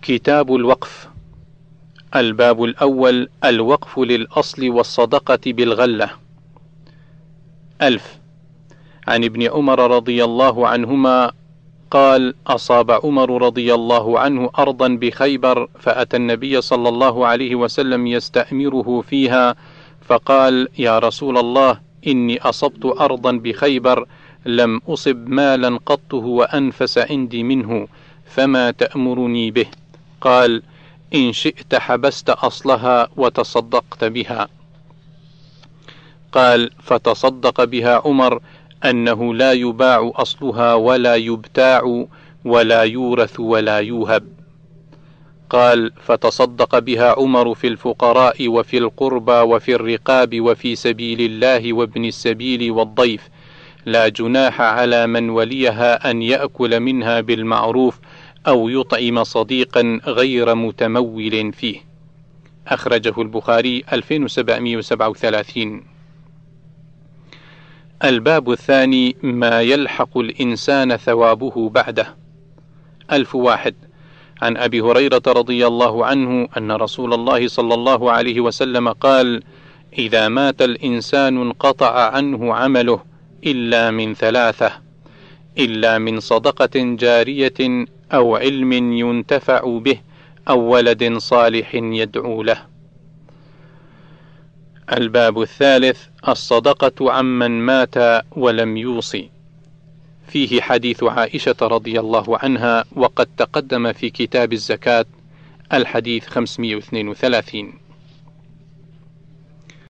كتاب الوقف. الباب الأول: الوقف للأصل والصدقة بالغلة. 1000. عن ابن عمر رضي الله عنهما قال: أصاب عمر رضي الله عنه أرضا بخيبر، فأتى النبي صلى الله عليه وسلم يستأمره فيها، فقال: يا رسول الله، إني أصبت أرضا بخيبر لم أصب مالا قط هو أنفس عندي منه، فما تأمرني به؟ قال: إن شئت حبست أصلها وتصدقت بها. قال: فتصدق بها عمر أنه لا يباع أصلها ولا يبتاع ولا يورث ولا يوهب. قال: فتصدق بها عمر في الفقراء وفي القربى وفي الرقاب وفي سبيل الله وابن السبيل والضيف، لا جناح على من وليها أن يأكل منها بالمعروف أو يطعم صديقا غير متمول فيه. أخرجه البخاري 2737. الباب الثاني: ما يلحق الإنسان ثوابه بعده. 1001. عن أبي هريرة رضي الله عنه أن رسول الله صلى الله عليه وسلم قال: إذا مات الإنسان انقطع عنه عمله إلا من 3: إلا من صدقة جارية أو علم ينتفع به أو ولد صالح يدعو له. الباب الثالث: الصدقة عمن مات ولم يوصي. فيه حديث عائشة رضي الله عنها، وقد تقدم في كتاب الزكاة، الحديث 532.